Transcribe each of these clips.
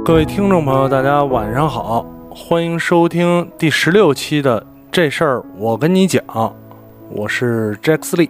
各位听众朋友，大家晚上好，欢迎收听第16期的这事儿我跟你讲，我是 Jack 利。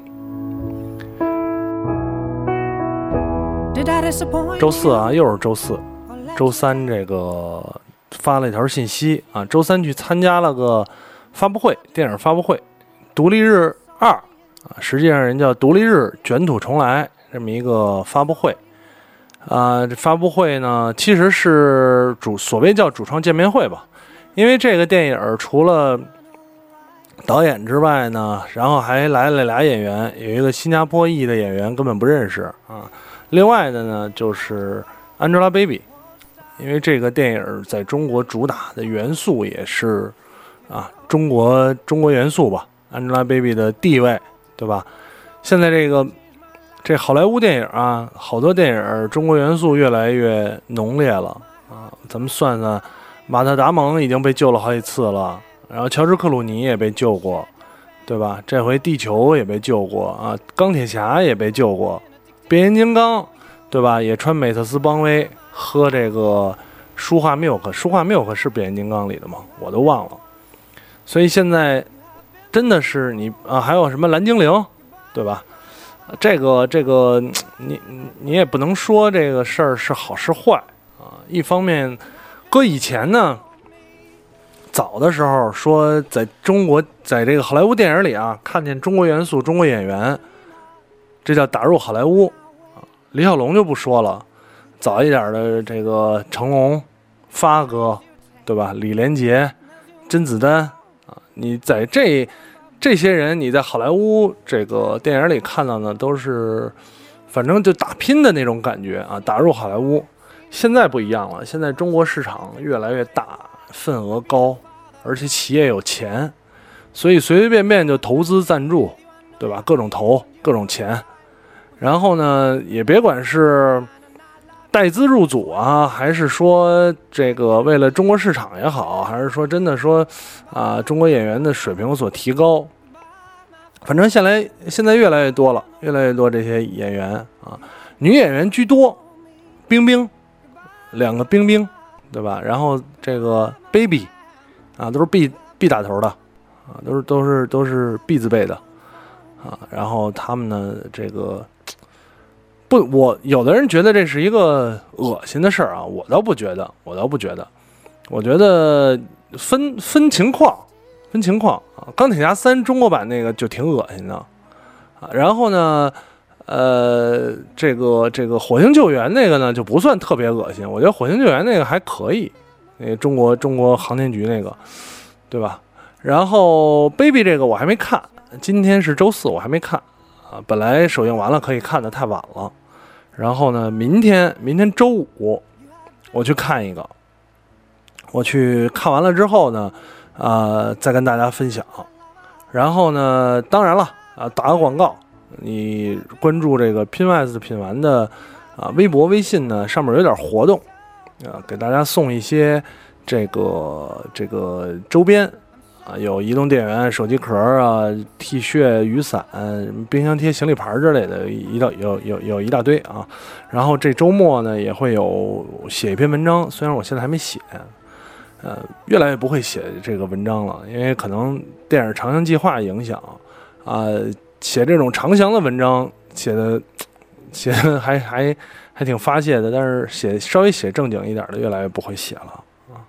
周四啊，又是周四，周三这个发了一条信息啊，周三去参加了个发布会，电影发布会，独立日2啊，实际上人叫独立日卷土重来这么一个发布会。这发布会呢，其实是所谓叫主创见面会吧，因为这个电影除了导演之外呢，然后还来了俩演员，有一个新加坡裔的演员根本不认识啊，另外的呢就是 Angelababy， 因为这个电影在中国主打的元素也是中国元素吧 ，Angelababy 的地位，对吧？现在这好莱坞电影啊，好多电影中国元素越来越浓烈了啊！咱们算算，马特·达蒙已经被救了好几次了，然后乔治·克鲁尼也被救过，对吧？这回地球也被救过啊，钢铁侠也被救过，变形金刚，对吧？也穿美特斯邦威，喝这个舒化 milk， 舒化 milk 是变形金刚里的吗？我都忘了。所以现在真的是还有什么蓝精灵，对吧？这个你也不能说这个事儿是好是坏啊。一方面，搁以前呢，早的时候说在中国，在这个好莱坞电影里啊，看见中国元素、中国演员，这叫打入好莱坞啊。李小龙就不说了，早一点的这个成龙、发哥，对吧？李连杰、甄子丹啊，你在这些人你在好莱坞这个电影里看到呢，都是反正就打拼的那种感觉啊，打入好莱坞。现在不一样了，现在中国市场越来越大，份额高，而且企业有钱，所以随随便便就投资赞助，对吧？各种投，各种钱，然后呢，也别管是带资入组啊，还是说这个为了中国市场也好，还是说真的说中国演员的水平有所提高，反正现在越来越多了，越来越多这些演员啊，女演员居多，冰冰，2个冰冰，对吧？然后这个 baby 啊，都是 B 打头的啊，都是 B 字辈的啊，然后他们呢，这个。我有的人觉得这是一个恶心的事儿啊，我倒不觉得，我觉得分情况啊。钢铁侠3中国版那个就挺恶心的啊，然后呢，这个火星救援那个呢就不算特别恶心，我觉得火星救援那个还可以，那个中国航天局那个，对吧？然后 Baby 这个我还没看，今天是周4，我还没看。啊，本来首映完了可以看的太晚了，然后呢，明天周5，我去看一个，我去看完了之后呢，再跟大家分享。然后呢，当然了打个广告，你关注这个拼 wise 品玩的微博、微信呢，上面有点活动给大家送一些这个周边。有移动电源、手机壳啊、T 恤、雨伞、冰箱贴、行李牌之类的，有一大堆啊。然后这周末呢也会有写一篇文章，虽然我现在还没写，越来越不会写这个文章了，因为可能电影长项计划影响写这种长详的文章写的还挺发泄的，但是稍微写正经一点的越来越不会写了。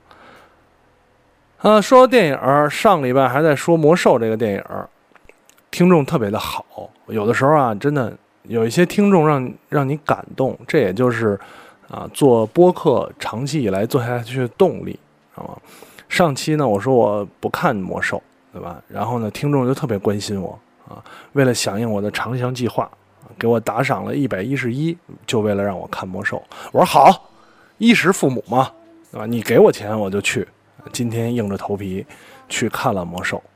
说到电影，上礼拜还在说魔兽这个电影，听众特别的好，有的时候真的有一些听众让你感动，这也就是做播客长期以来做下去的动力，知道吗？上期呢我说我不看魔兽，对吧？然后呢听众就特别关心我为了响应我的长项计划，给我打赏了111，就为了让我看魔兽。我说好，衣食父母嘛，对吧？你给我钱我就去。今天硬着头皮去看了魔兽，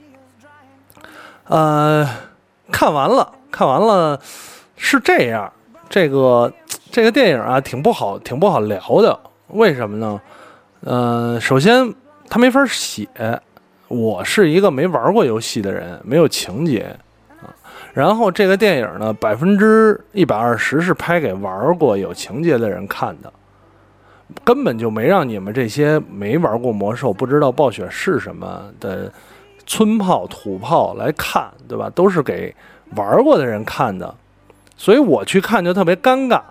看完了是这样，这个电影挺不好聊的，为什么呢？首先它没法写，我是一个没玩过游戏的人，没有情节然后这个电影呢，120%是拍给玩过有情节的人看的。 根本就没让你们这些没玩过魔兽、不知道暴雪是什么的村炮、土炮来看，对吧？都是给玩过的人看的，所以我去看就特别尴尬。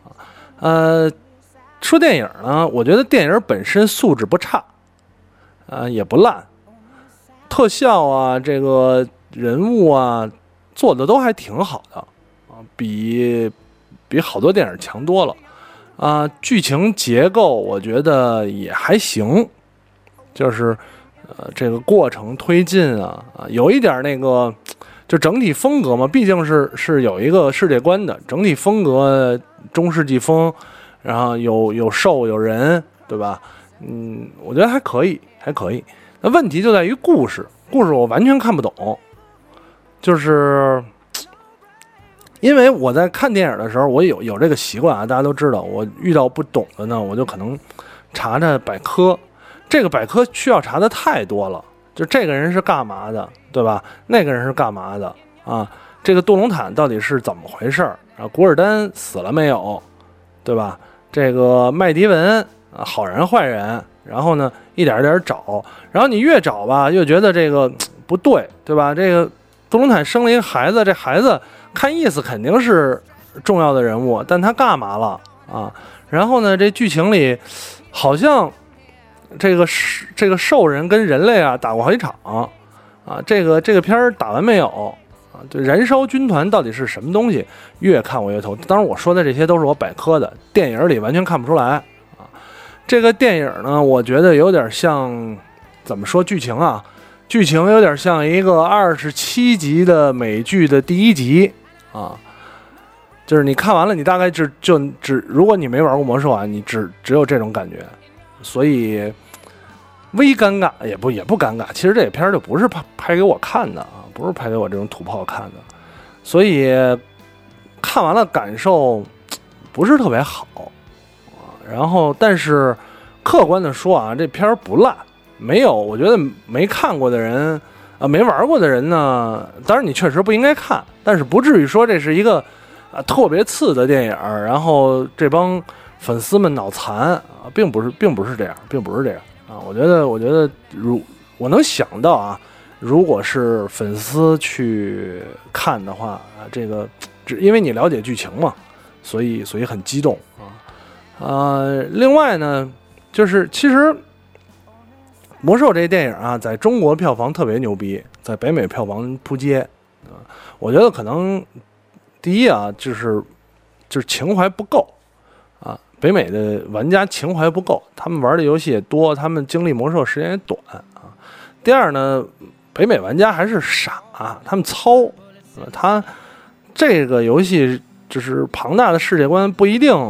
说电影呢，我觉得电影本身素质不差，也不烂，特效啊，这个人物啊，做的都还挺好的啊，比好多电影强多了。剧情结构我觉得也还行，就是这个过程推进有一点那个就整体风格嘛，毕竟是有一个世界观的，整体风格中世纪风，然后有兽有人，对吧？我觉得还可以。那问题就在于故事我完全看不懂，就是因为我在看电影的时候，我有这个习惯啊，大家都知道，我遇到不懂的呢，我就可能查百科，这个百科需要查的太多了，就这个人是干嘛的，对吧？那个人是干嘛的啊？这个杜隆坦到底是怎么回事啊？古尔丹死了没有，对吧？这个麦迪文好人坏人，然后呢一点一点找，然后你越找吧，越觉得这个不对，对吧？这个杜隆坦生了一个孩子，这孩子看意思肯定是重要的人物，但他干嘛了啊？然后呢，这剧情里好像这个兽人跟人类打过好几场啊，这个片儿打完没有啊？这燃烧军团到底是什么东西？越看我越头。当然我说的这些都是我百科的，电影里完全看不出来啊。这个电影呢，我觉得有点像怎么说剧情啊？剧情有点像一个27集的美剧的第1集啊，就是你看完了，你大概如果你没玩过魔兽你只有这种感觉，所以微尴尬也不尴尬。其实这片就不是拍给我看的啊，不是拍给我这种土炮看的，所以看完了感受不是特别好然后但是客观的说这片不烂。没有，我觉得没看过的人没玩过的人呢，当然你确实不应该看，但是不至于说这是一个特别次的电影，然后这帮粉丝们脑残并不是这样我觉得我能想到如果是粉丝去看的话这个因为你了解剧情嘛，所以很激动另外呢，就是其实魔兽这电影在中国票房特别牛逼，在北美票房扑街我觉得可能第一就是情怀不够北美的玩家情怀不够，他们玩的游戏也多，他们经历魔兽时间也短第二呢，北美玩家还是傻他们糙他这个游戏就是庞大的世界观不一定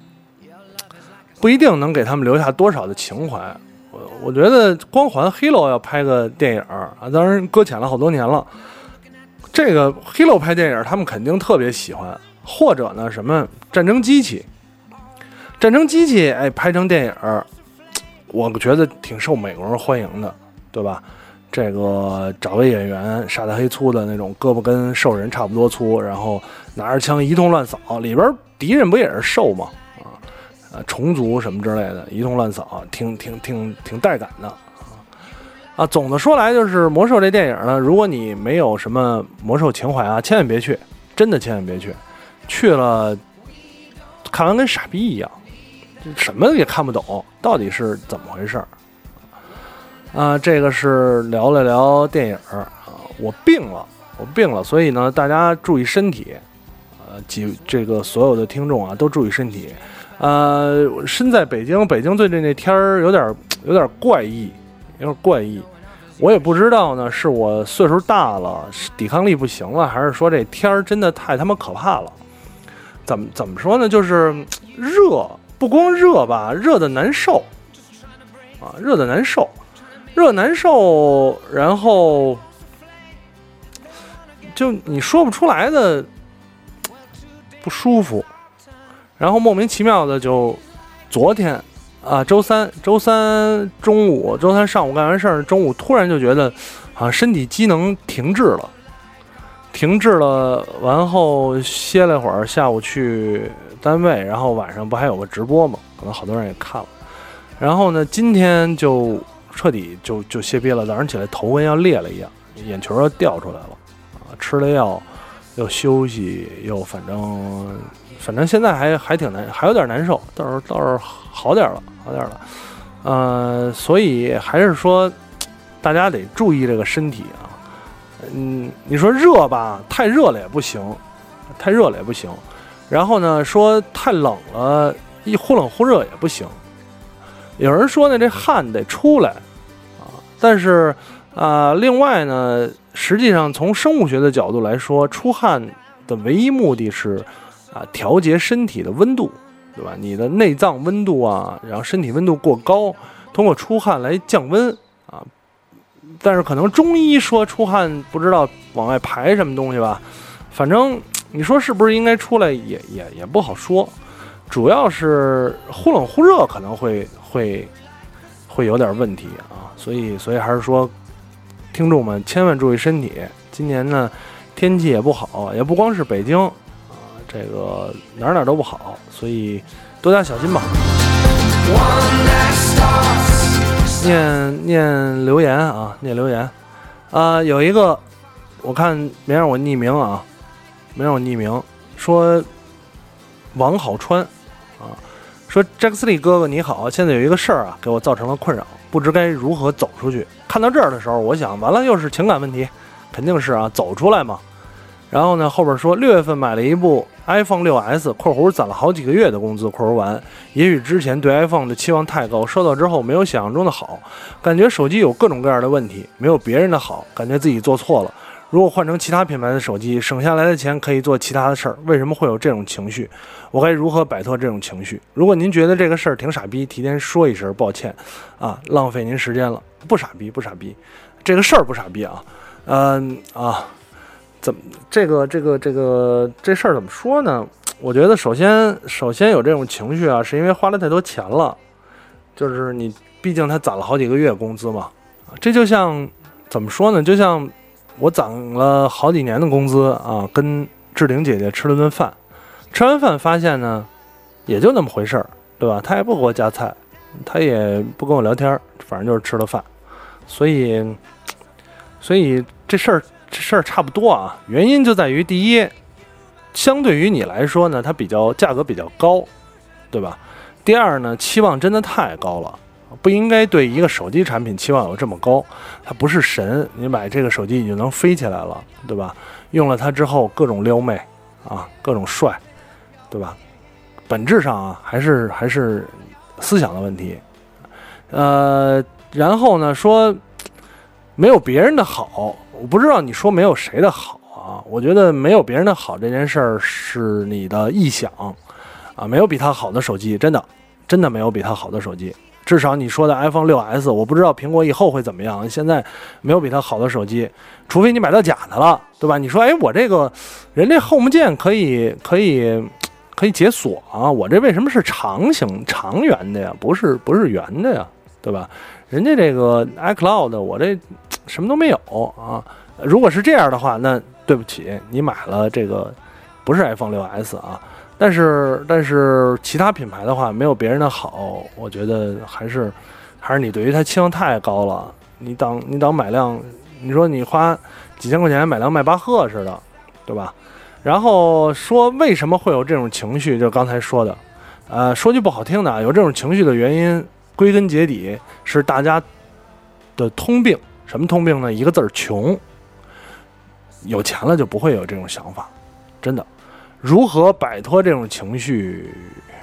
能给他们留下多少的情怀。我觉得光环 Halo 要拍个电影当然搁浅了好多年了，这个 Halo 拍电影他们肯定特别喜欢，或者呢什么战争机器拍成电影我觉得挺受美国人欢迎的，对吧？这个找个演员傻大黑粗的那种，胳膊跟兽人差不多粗，然后拿着枪一通乱扫，里边敌人不也是兽吗？虫族什么之类的，一通乱扫，挺带感的总的说来，就是魔兽这电影呢，如果你没有什么魔兽情怀千万别去，真的千万别去，去了看完跟傻逼一样，什么也看不懂，到底是怎么回事这个是聊了聊电影我病了，所以呢，大家注意身体这个所有的听众都注意身体。身在北京最近那天儿有点怪异，我也不知道呢，是我岁数大了，抵抗力不行了，还是说这天儿真的太他妈可怕了？怎么说呢？就是热，不光热吧，热的难受，然后就你说不出来的不舒服。然后莫名其妙的就昨天周三中午，周三上午干完事儿，中午突然就觉得身体机能停滞了，完后歇了会儿，下午去单位，然后晚上不还有个直播吗？可能好多人也看了。然后呢，今天就彻底就歇憋了，早上起来头跟要裂了一样，眼球要掉出来了啊！吃了药，又休息，又反正现在还挺难，还有点难受，倒是好点了。所以还是说，大家得注意这个身体啊。你说热吧，太热了也不行，然后呢，说太冷了，一忽冷忽热也不行。有人说呢，这汗得出来啊，但是另外呢，实际上从生物学的角度来说，出汗的唯一目的是调节身体的温度，对吧？你的内脏温度啊，然后身体温度过高，通过出汗来降温啊。但是可能中医说出汗不知道往外排什么东西吧，反正你说是不是应该出来也不好说，主要是忽冷忽热可能会有点问题啊，所以还是说听众们千万注意身体。今年呢天气也不好，也不光是北京啊，这个哪都不好，所以多加小心吧。念留言啊，有一个我看没让我匿名，说王好川啊，说 Jack 哥哥你好，现在有一个事儿啊给我造成了困扰，不知该如何走出去。看到这儿的时候，我想完了又是情感问题，肯定是走出来嘛。然后呢，后边说6月份买了一部 iPhone 6s（ 括弧攒了好几个月的工资）（括弧完）。也许之前对 iPhone 的期望太高，收到之后没有想象中的好，感觉手机有各种各样的问题，没有别人的好，感觉自己做错了。如果换成其他品牌的手机，省下来的钱可以做其他的事儿，为什么会有这种情绪？我该如何摆脱这种情绪？如果您觉得这个事儿挺傻逼，提前说一声抱歉啊，浪费您时间了。不傻逼，这个事儿不傻逼啊，怎么这事儿怎么说呢？我觉得首先有这种情绪啊，是因为花了太多钱了，就是你毕竟他攒了好几个月工资嘛，这就像怎么说呢？就像我攒了好几年的工资啊，跟志玲姐姐吃了顿饭，吃完饭发现呢，也就那么回事儿，对吧？她也不给我夹菜，她也不跟我聊天，反正就是吃了饭，所以这事儿差不多啊。原因就在于第一，相对于你来说呢，它价格比较高，对吧？第二呢，期望真的太高了，不应该对一个手机产品期望有这么高。它不是神，你买这个手机你就能飞起来了，对吧？用了它之后各种撩妹啊，各种帅，对吧？本质上啊，还是思想的问题。然后呢，说没有别人的好，我不知道你说没有谁的好啊。我觉得没有别人的好这件事儿是你的臆想啊，没有比它好的手机，真的没有比它好的手机。至少你说的 iPhone 6s， 我不知道苹果以后会怎么样，现在没有比它好的手机，除非你买到假的了，对吧？你说，哎，我这个人这 Home 键可以解锁啊，我这为什么是长圆的呀？不是圆的呀，对吧？人家这个 iCloud 我这什么都没有啊。如果是这样的话，那对不起，你买了这个不是 iPhone 6s 啊。但是其他品牌的话，没有别人的好，我觉得还是你对于它期望太高了。你当买辆，你说你花几千块钱买辆迈巴赫似的，对吧？然后说为什么会有这种情绪，就刚才说的，说句不好听的，有这种情绪的原因，归根结底是大家的通病。什么通病呢？一个字儿穷。有钱了就不会有这种想法，真的。如何摆脱这种情绪？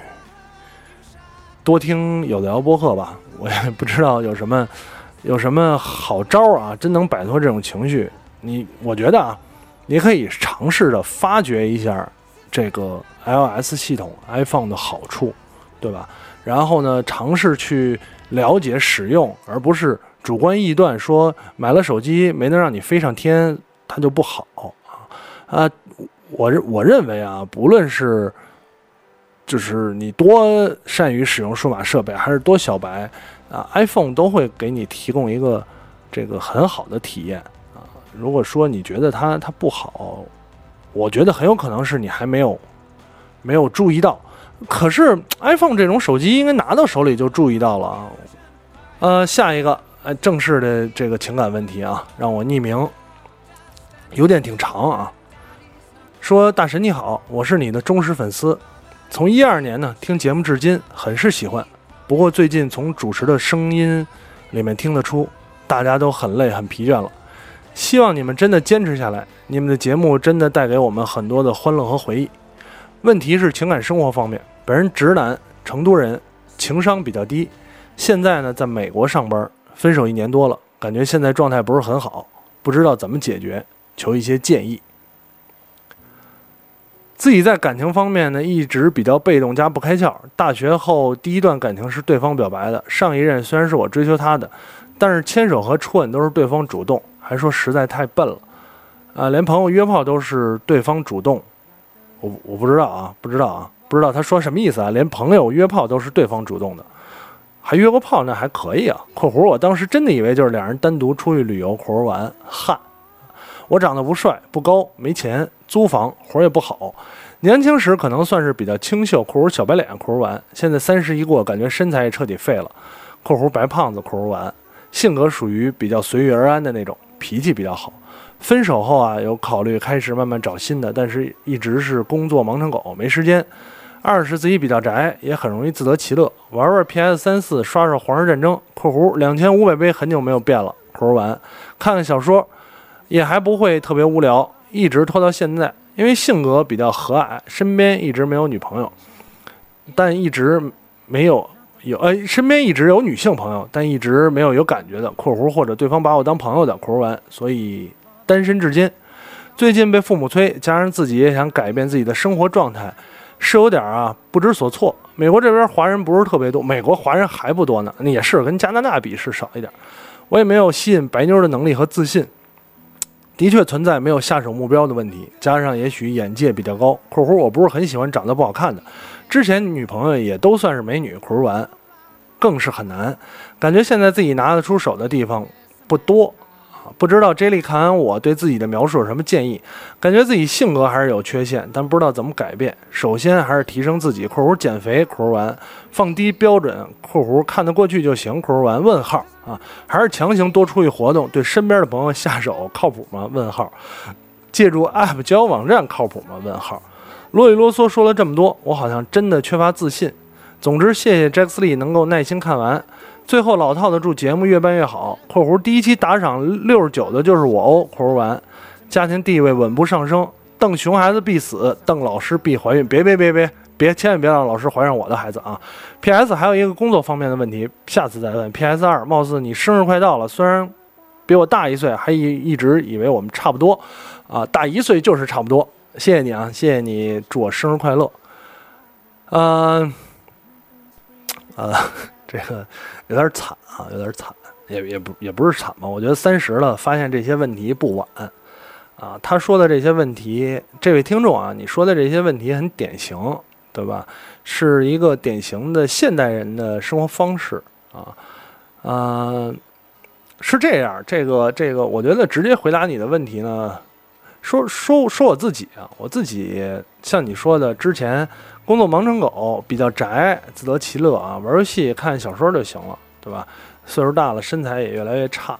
多听有的聊播客吧，我也不知道有什么好招啊，真能摆脱这种情绪。我觉得啊，你可以尝试着发掘一下这个 iOS 系统 iPhone 的好处，对吧？然后呢，尝试去了解使用，而不是主观臆断说买了手机没能让你飞上天，它就不好啊。我认为啊，不论是就是你多善于使用数码设备，还是多小白啊 ，iPhone 都会给你提供一个这个很好的体验啊。如果说你觉得它不好，我觉得很有可能是你还没有注意到。 可是 iPhone 这种手机应该拿到手里就注意到了啊。下一个正式的这个情感问题啊，让我匿名，有点挺长啊。说大神你好，我是你的忠实粉丝，从12年呢听节目至今，很是喜欢。不过最近从主持的声音里面听得出，大家都很累很疲倦了。希望你们真的坚持下来，你们的节目真的带给我们很多的欢乐和回忆。问题是情感生活方面，本人直男，成都人，情商比较低，现在呢在美国上班，分手1年多了，感觉现在状态不是很好，不知道怎么解决，求一些建议。自己在感情方面呢，一直比较被动加不开窍。大学后第一段感情是对方表白的，上一任虽然是我追求他的，但是牵手和初吻都是对方主动，还说实在太笨了，连朋友约炮都是对方主动。我不知道啊，不知道他说什么意思啊？连朋友约炮都是对方主动的，还约过炮那还可以啊。（括弧我当时真的以为就是两人单独出去旅游，括弧玩汗。我长得不帅不高，没钱，租房，活也不好。年轻时可能算是比较清秀，括弧小白脸，括弧完。现在30一过，感觉身材也彻底废了，括弧白胖子，括弧完。性格属于比较随遇而安的那种，脾气比较好。分手后啊，有考虑开始慢慢找新的，但是一直是工作忙成狗，没时间。二是自己比较宅，也很容易自得其乐，玩玩 PS3、4，刷刷皇室战争，括弧2500杯很久没有变了，括弧完。看看小说。也还不会特别无聊，一直拖到现在。因为性格比较和蔼，身边一直没有女朋友，但一直没有身边一直有女性朋友，但一直没有感觉的（括弧或者对方把我当朋友的）（括弧完），所以单身至今。最近被父母催，加上自己也想改变自己的生活状态，是有点不知所措。美国这边华人不是特别多，美国华人还不多呢，也是跟加拿大比是少一点。我也没有吸引白妞的能力和自信。的确存在没有下手目标的问题，加上也许眼界比较高（括弧我不是很喜欢长得不好看的，之前女朋友也都算是美女）（括弧完）更是很难，感觉现在自己拿得出手的地方不多不知道 J 莉看完我对自己的描述有什么建议？感觉自己性格还是有缺陷，但不知道怎么改变。首先还是提升自己（括弧减肥）（括弧完），放低标准（括弧看得过去就行）（括弧完）问号还是强行多出去活动，对身边的朋友下手靠谱吗？问号。借助 App 交友网站靠谱吗？问号。啰里啰嗦说了这么多，我好像真的缺乏自信。总之，谢谢 Jax Lee 能够耐心看完。最后老套的祝节目越办越好（括弧第一期打赏69的就是我哦）（括弧完）家庭地位稳步上升，瞪熊孩子必死，瞪老师必怀孕。别，千万别让老师怀上我的孩子啊 ！PS 还有一个工作方面的问题，下次再问。PS2，貌似你生日快到了，虽然比我大1岁，还一直以为我们差不多大1岁就是差不多。谢谢你啊，谢谢你，祝我生日快乐。这个有点惨啊，有点惨，也不是惨吧？我觉得30了，发现这些问题不晚他说的这些问题，这位听众啊，你说的这些问题很典型，对吧？是一个典型的现代人的生活方式是这样。这个，我觉得直接回答你的问题呢，说我自己啊，我自己像你说的，之前工作忙成狗，比较宅，自得其乐玩游戏看小说就行了，对吧？岁数大了，身材也越来越差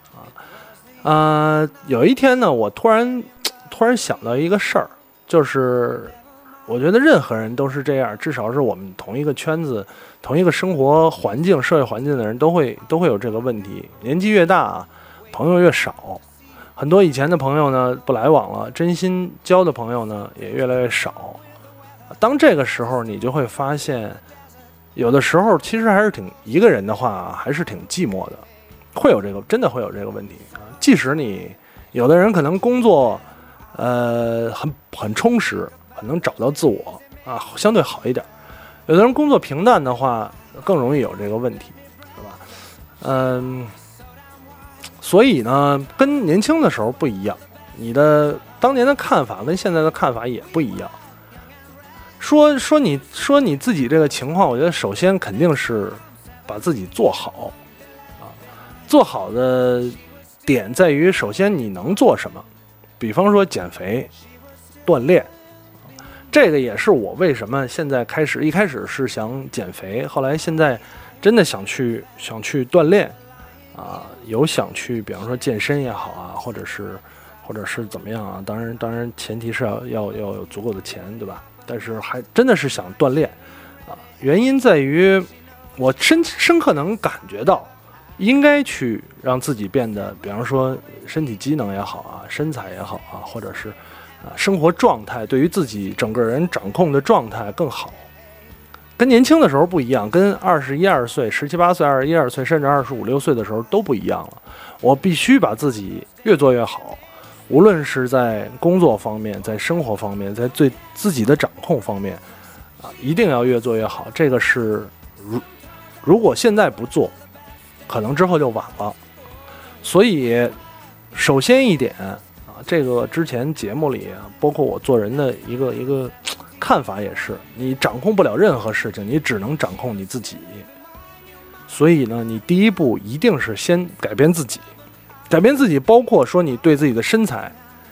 有一天呢，我突然想到一个事儿，就是我觉得任何人都是这样，至少是我们同一个圈子、同一个生活环境、社会环境的人都会有这个问题。年纪越大，朋友越少，很多以前的朋友呢不来往了，真心交的朋友呢也越来越少。当这个时候，你就会发现，有的时候其实还是一个人的话，还是挺寂寞的，真的会有这个问题即使你有的人可能工作很充实，很能找到自我相对好一点，有的人工作平淡的话更容易有这个问题，是吧？所以呢，跟年轻的时候不一样，你的当年的看法跟现在的看法也不一样。说你自己这个情况，我觉得首先肯定是把自己做好做好的点在于，首先你能做什么，比方说减肥、锻炼， 这个也是我为什么现在一开始是想减肥，后来现在真的想去锻炼啊，有想去，比方说健身也好啊，或者是怎么样啊？当然前提是要有足够的钱，对吧？但是还真的是想锻炼啊，原因在于我深刻能感觉到，应该去让自己变得，比方说身体机能也好啊，身材也好啊，或者是生活状态，对于自己整个人掌控的状态更好。跟年轻的时候不一样，跟21、22岁、17、18岁、21、22岁，甚至25、26岁的时候都不一样了。我必须把自己越做越好，无论是在工作方面，在生活方面，在对自己的掌控方面，一定要越做越好。这个是如果现在不做，可能之后就晚了。所以，首先一点这个之前节目里包括我做人的一个看法也是，你掌控不了任何事情，你只能掌控你自己。所以呢，你第一步一定是先改变自己。改变自己包括说你对自己的身材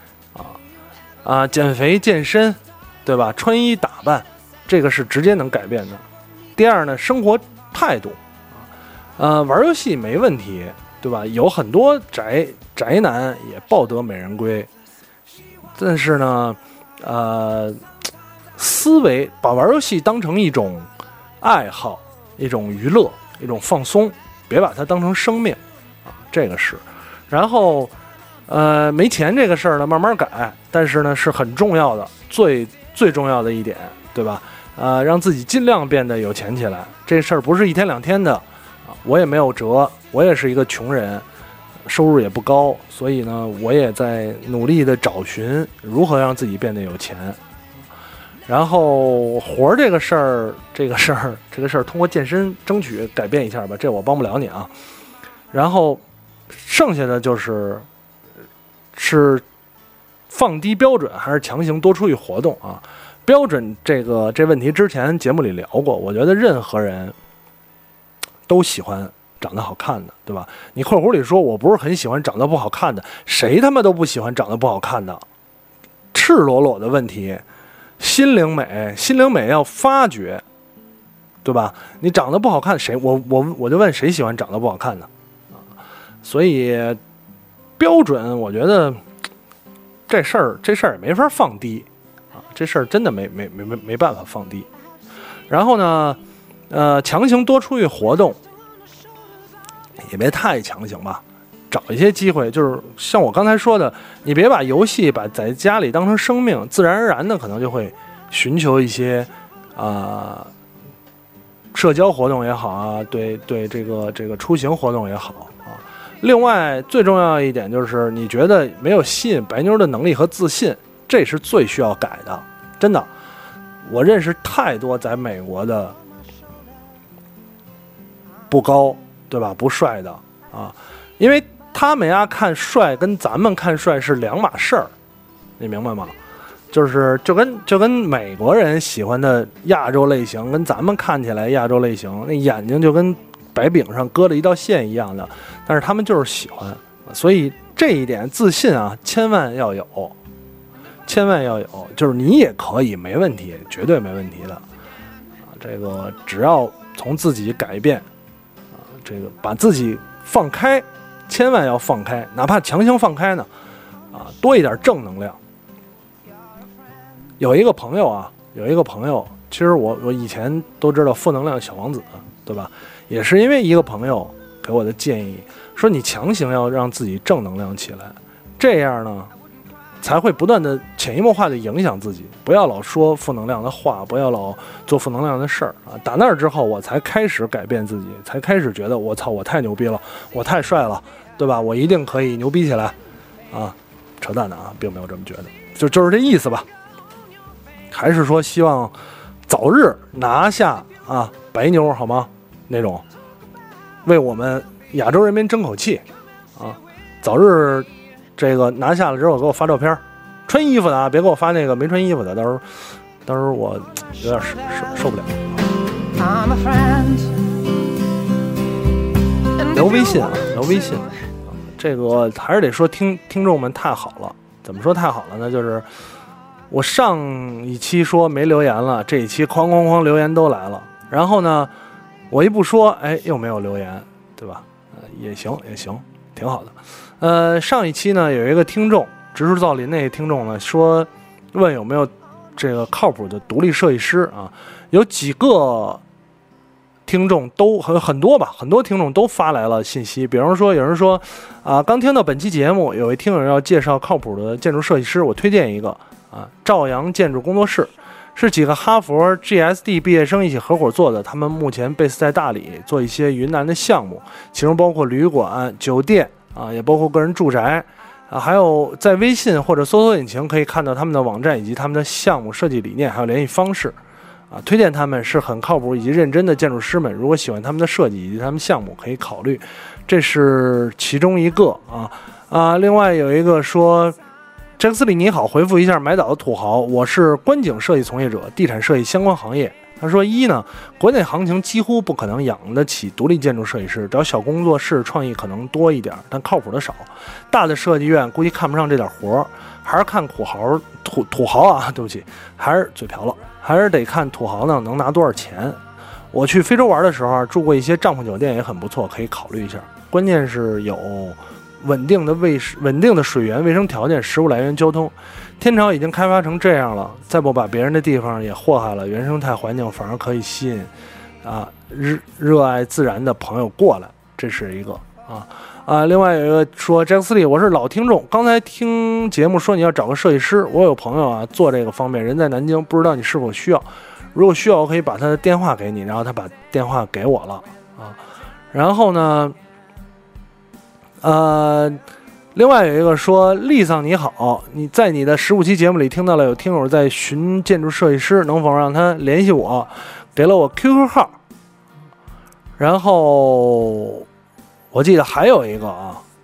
减肥健身，对吧？穿衣打扮，这个是直接能改变的。第二呢，生活态度玩游戏没问题，对吧？有很多宅男也抱得美人归，但是呢思维把玩游戏当成一种爱好，一种娱乐，一种放松，别把它当成生命这个是。然后没钱这个事儿呢慢慢改，但是呢是很重要的，最重要的一点，对吧？让自己尽量变得有钱起来，这事儿不是一天两天的我也没有辙，我也是一个穷人，收入也不高，所以呢我也在努力的找寻如何让自己变得有钱。然后活这个事儿通过健身争取改变一下吧，这我帮不了你啊。然后剩下的就是放低标准还是强行多出去活动啊？标准这问题之前节目里聊过，我觉得任何人都喜欢长得好看的，对吧？你括弧里说我不是很喜欢长得不好看的，谁他妈都不喜欢长得不好看的，赤裸裸的问题。心灵美要发掘，对吧？你长得不好看，谁我就问谁喜欢长得不好看的所以标准，我觉得这事儿也没法放低这事儿真的没办法放低。然后呢，强行多出去活动，也别太强行吧，找一些机会，就是像我刚才说的，你别把游戏在家里当成生命，自然而然的可能就会寻求一些社交活动也好啊，对这个出行活动也好另外最重要一点就是你觉得没有吸引白妞的能力和自信，这是最需要改的，真的。我认识太多在美国的不高，对吧？不帅的因为他们看帅跟咱们看帅是两码事儿，你明白吗？就跟美国人喜欢的亚洲类型跟咱们看起来亚洲类型，那眼睛就跟白饼上割了一道线一样的，但是他们就是喜欢，所以这一点自信千万要有，就是你也可以没问题，绝对没问题的这个只要从自己改变这个把自己放开，千万要放开，哪怕强行放开呢多一点正能量。有一个朋友，其实我以前都知道负能量小王子，对吧？也是因为一个朋友给我的建议，说你强行要让自己正能量起来，这样呢才会不断的潜移默化的影响自己，不要老说负能量的话，不要老做负能量的事儿打那儿之后，我才开始改变自己，才开始觉得我操，我太牛逼了，我太帅了，对吧？我一定可以牛逼起来扯淡的并没有这么觉得，就是这意思吧。还是说希望早日拿下白妞好吗？那种为我们亚洲人民争口气早日这个拿下了之后给我发照片，穿衣服的别给我发那个没穿衣服的，到时候我有点受不了。聊微信这个还是得说听众们太好了。怎么说太好了呢？就是我上一期说没留言了，这一期哐哐哐留言都来了，然后呢，我一不说，哎，又没有留言，对吧？也行，挺好的。上一期呢，有一个听众，植树造林那个听众呢，问有没有这个靠谱的独立设计师啊？有几个听众都很多吧，很多听众都发来了信息，比方说有人说刚听到本期节目，有位听友要介绍靠谱的建筑设计师，我推荐一个兆阳建筑工作室。是几个哈佛 GSD 毕业生一起合伙做的，他们目前 base 在大理，做一些云南的项目，其中包括旅馆、酒店也包括个人住宅还有在微信或者搜索引擎可以看到他们的网站以及他们的项目设计理念，还有联系方式推荐他们是很靠谱以及认真的建筑师们，如果喜欢他们的设计以及他们项目可以考虑，这是其中一个另外有一个说杰克斯里你好，回复一下买岛的土豪，我是观景设计从业者，地产设计相关行业。他说呢，国内行情几乎不可能养得起独立建筑设计师，找小工作室创意可能多一点，但靠谱的少。大的设计院估计看不上这点活，还是看土豪对不起，还是嘴瓢了，还是得看土豪呢能拿多少钱。我去非洲玩的时候住过一些帐篷酒店，也很不错，可以考虑一下。关键是有稳定的水源、卫生条件、食物来源、交通。天朝已经开发成这样了，再不把别人的地方也祸害了，原生态环境反而可以吸引热爱自然的朋友过来，这是一个另外有一个说杰克斯利，我是老听众，刚才听节目说你要找个设计师，我有朋友做这个方面，人在南京，不知道你是否需要，如果需要我可以把他的电话给你，然后他把电话给我了然后呢另外有一个说丽桑你好，你在你的15期节目里听到了有听友在寻建筑设计师，能否让他联系我，给了我 QQ 号，然后我记得还有一个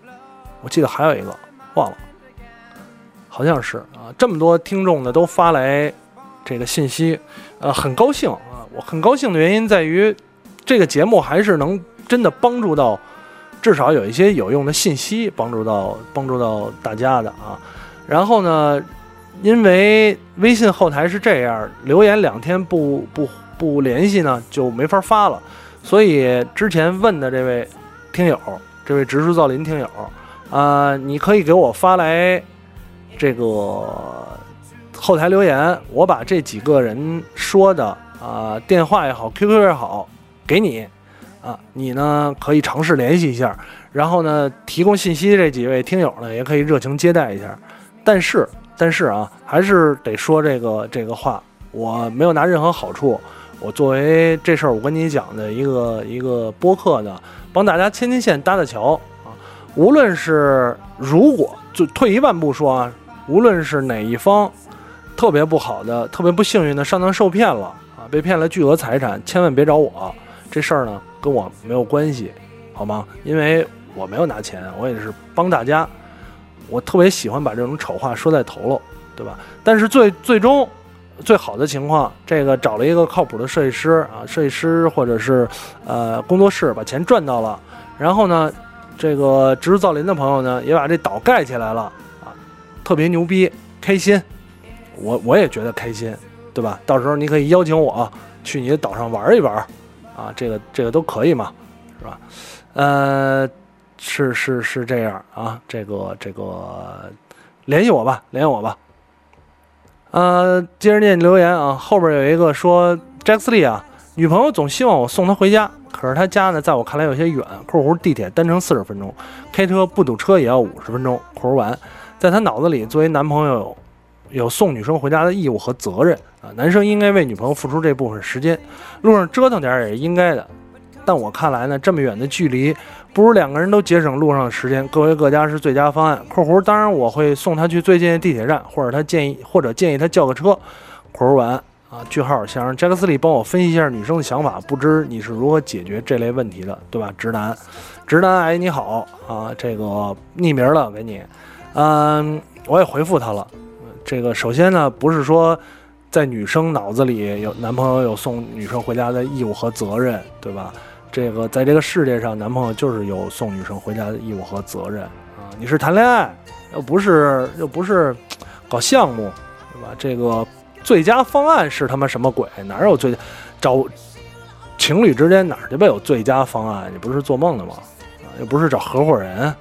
忘了，好像是这么多听众呢都发来这个信息很高兴我很高兴的原因在于这个节目还是能真的帮助到，至少有一些有用的信息帮助到大家的然后呢，因为微信后台是这样，留言2天不联系呢就没法发了，所以之前问的这位听友，这位植树造林听友你可以给我发来这个后台留言，我把这几个人说的电话也好 QQ 也好给你你呢可以尝试联系一下，然后呢提供信息这几位听友呢也可以热情接待一下，但是还是得说这个话，我没有拿任何好处，我作为这事儿我跟你讲的一个播客呢，帮大家牵线搭桥无论是如果就退一万步说无论是哪一方特别不好的特别不幸运的上当受骗了被骗了巨额财产，千万别找我，这事儿呢跟我没有关系，好吗？因为我没有拿钱，我也是帮大家，我特别喜欢把这种丑话说在头喽，对吧？但是最终最好的情况，这个找了一个靠谱的设计师或者是工作室把钱赚到了，然后呢这个植树造林的朋友呢也把这岛盖起来了特别牛逼，开心，我也觉得开心，对吧？到时候你可以邀请我去你的岛上玩一玩这个都可以嘛，是吧？是这样这个联系我吧。接着念留言后边有一个说 Jacksley 女朋友总希望我送她回家，可是她家呢在我看来有些远（括弧地铁单程40分钟，开车不堵车也要50分钟）括弧完，在她脑子里，作为男朋友有送女生回家的义务和责任男生应该为女朋友付出这部分时间，路上折腾点也是应该的。但我看来呢，这么远的距离，不如2个人都节省路上的时间，各回各家是最佳方案。括弧当然我会送他去最近的地铁站，或者建议他叫个车。括弧完句号，想让杰克斯利帮我分析一下女生的想法，不知你是如何解决这类问题的，对吧？直男癌你好这个匿名了给你，我也回复他了。这个首先呢，不是说在女生脑子里有男朋友有送女生回家的义务和责任，对吧？这个在这个世界上，男朋友就是有送女生回家的义务和责任你是谈恋爱，又不是搞项目，对对吧？这个最佳方案是他妈什么鬼？哪有最找情侣之间哪就有最佳方案？你不是做梦的吗？又不是找合伙人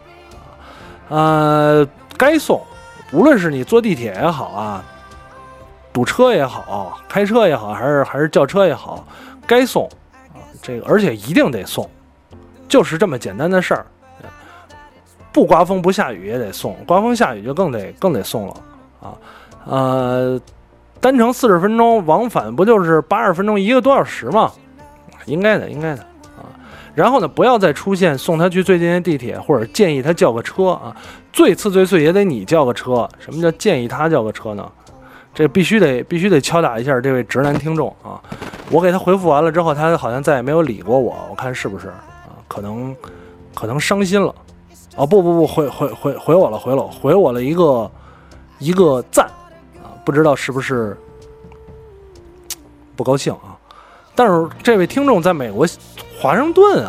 该送，无论是你坐地铁也好啊，堵车也好，开车也好，还是轿车也好，该送啊，这个而且一定得送，就是这么简单的事儿。不刮风不下雨也得送，刮风下雨就更得送了啊。单程40分钟，往返不就是80分钟，1个多小时吗？应该的啊。然后呢，不要再出现送他去最近的地铁，或者建议他叫个车啊。最次也得你叫个车。什么叫建议他叫个车呢？这必须得敲打一下这位直男听众啊！我给他回复完了之后，他好像再也没有理过我，我看是不是啊？可能伤心了。哦不，回我了一个赞啊，不知道是不是不高兴啊？但是这位听众在美国华盛顿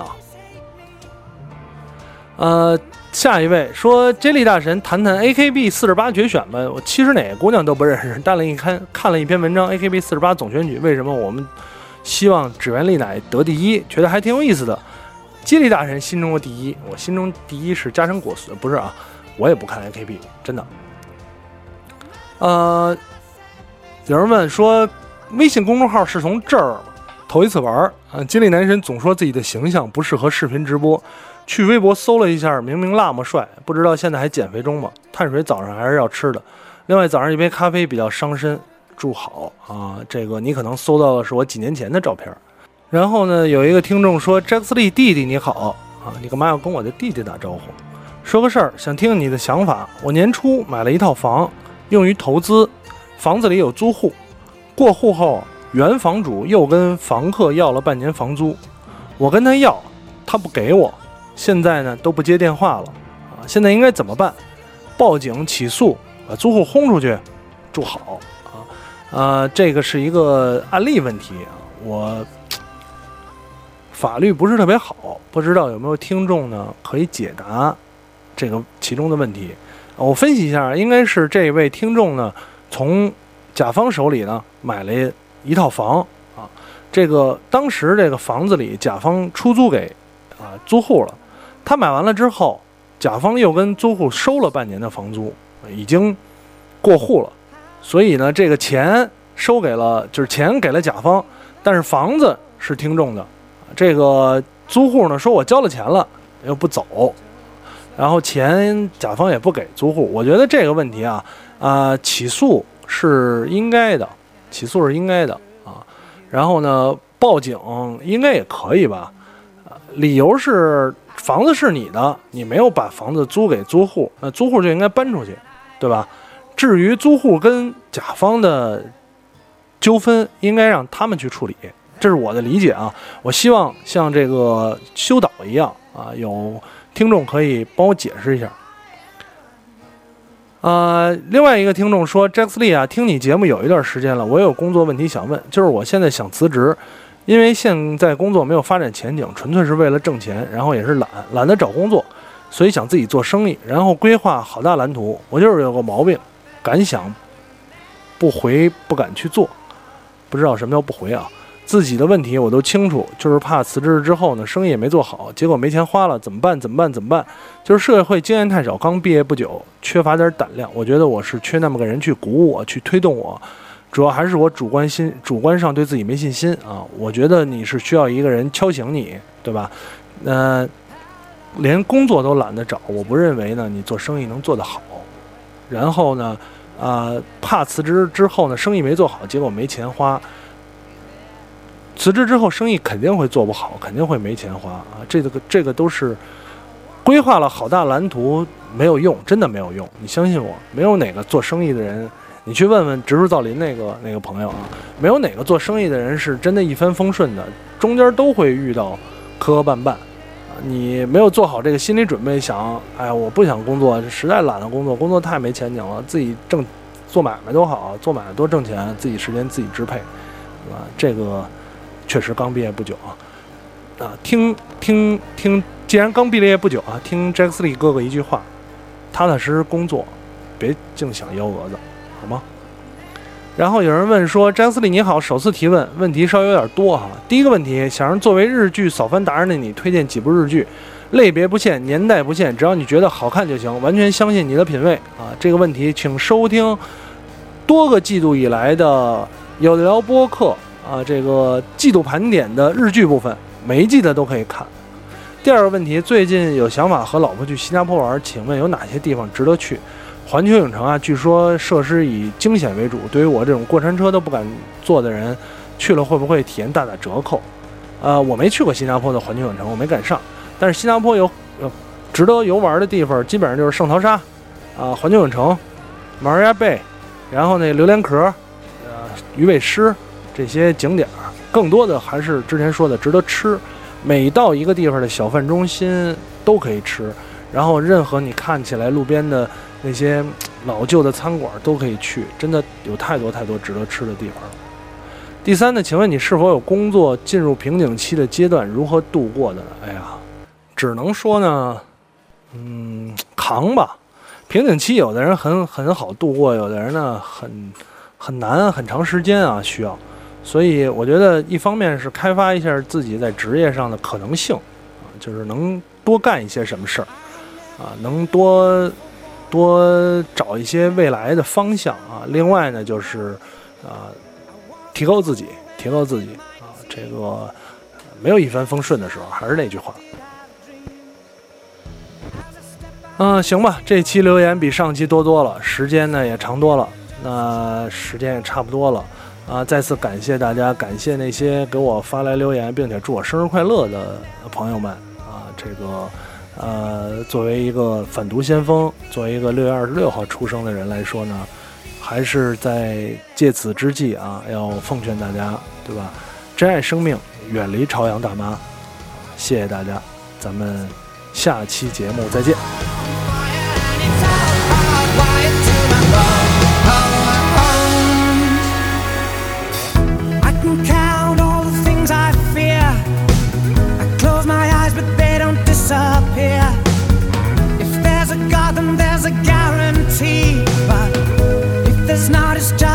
啊，下一位说 J 莉大神谈谈 AKB48 决选吧，我其实哪个姑娘都不认识，但看了一篇文章 AKB48 总选举，为什么我们希望指原莉乃得第一，觉得还挺有意思的。接力大神心中的第一，我心中第一是加藤果穗，不是啊，我也不看 AKB， 真的。有人问说，微信公众号是从这儿头一次玩啊。接力男神总说自己的形象不适合视频直播，去微博搜了一下，明明那么帅，不知道现在还减肥中吗？碳水早上还是要吃的。另外，早上一杯咖啡比较伤身，祝好啊。这个你可能搜到的是我几年前的照片。然后呢，有一个听众说 Jax Lee 弟弟你好啊，你干嘛要跟我的弟弟打招呼？说个事儿，想听你的想法。我年初买了一套房，用于投资，房子里有租户，过户后原房主又跟房客要了半年房租，我跟他要，他不给我，现在呢都不接电话了啊，现在应该怎么办？报警起诉，把租户轰出去？祝好啊。这个是一个案例问题啊，我法律不是特别好，不知道有没有听众呢可以解答这个其中的问题。我分析一下，应该是这位听众呢从甲方手里呢买了一套房啊，这个当时这个房子里甲方出租给租户了，他买完了之后，甲方又跟租户收了半年的房租，已经过户了，所以呢这个钱收给了，就是钱给了甲方，但是房子是听众的。这个租户呢说我交了钱了又不走，然后钱甲方也不给租户，我觉得这个问题起诉是应该的，啊。然后呢报警应该也可以吧，理由是房子是你的，你没有把房子租给租户，那租户就应该搬出去，对吧？至于租户跟甲方的纠纷，应该让他们去处理。这是我的理解啊，我希望像这个修导一样啊，有听众可以帮我解释一下。另外一个听众说 Jax Lee 啊，听你节目有一段时间了，我有工作问题想问，就是我现在想辞职，因为现在工作没有发展前景，纯粹是为了挣钱，然后也是懒得找工作，所以想自己做生意，然后规划好大蓝图。我就是有个毛病，敢想不回不敢去做，不知道什么叫不回啊。自己的问题我都清楚，就是怕辞职之后呢，生意也没做好，结果没钱花了，怎么办？就是社会经验太少，刚毕业不久，缺乏点胆量。我觉得我是缺那么个人去鼓舞我，去推动我，主要还是我主观上对自己没信心啊。我觉得你是需要一个人敲醒你，对吧？连工作都懒得找，我不认为呢你做生意能做得好。然后呢，怕辞职之后呢，生意没做好，结果没钱花。辞职之后生意肯定会做不好，肯定会没钱花啊！这个都是规划了好大蓝图没有用，真的没有用。你相信我，没有哪个做生意的人，你去问问植树造林那个朋友啊，没有哪个做生意的人是真的一帆风顺的，中间都会遇到磕磕绊绊啊！你没有做好这个心理准备，想，哎，我不想工作，实在懒得工作，工作太没前景了，自己做买卖多好，做买卖多挣钱，自己时间自己支配，对吧？这个。确实刚毕业不久听，既然刚毕业不久啊，听 Jax Lee 哥哥一句话，踏踏实实工作，别净想幺蛾子，好吗？ 然后有人问说：“詹斯利你好，首次提问，问题稍微有点多哈。第一个问题，想让作为日剧扫番达人的你推荐几部日剧，类别不限，年代不限，只要你觉得好看就行，完全相信你的品味啊。这个问题，请收听多个季度以来的有的聊播客啊，这个季度盘点的日剧部分，每一季的都可以看。第二个问题，最近有想法和老婆去新加坡玩，请问有哪些地方值得去？环球影城啊，据说设施以惊险为主，对于我这种过山车都不敢坐的人，去了会不会体验大打折扣？我没去过新加坡的环球影城，我没赶上。但是新加坡有值得游玩的地方，基本上就是圣淘沙环球影城、马尔亚贝，然后那榴莲壳、鱼尾狮这些景点，更多的还是之前说的值得吃。每到一个地方的小贩中心都可以吃，然后任何你看起来路边的那些老旧的餐馆都可以去，真的有太多太多值得吃的地方了。第三呢，请问你是否有工作进入瓶颈期的阶段，如何度过的？哎呀，只能说呢，扛吧。瓶颈期有的人很好度过，有的人呢很难，很长时间啊需要。所以我觉得一方面是开发一下自己在职业上的可能性就是能多干一些什么事儿能多找一些未来的方向另外呢就是提高自己这个没有一帆风顺的时候，还是那句话行吧，这期留言比上期多了，时间呢也长多了，那时间也差不多了再次感谢大家，感谢那些给我发来留言并且祝我生日快乐的朋友们这个作为一个反毒先锋，作为一个6月26号出生的人来说呢，还是在借此之际要奉劝大家，对吧？珍爱生命，远离朝阳大妈。谢谢大家，咱们下期节目再见。 If there's a God, then there's a guarantee. But if there's not, it's just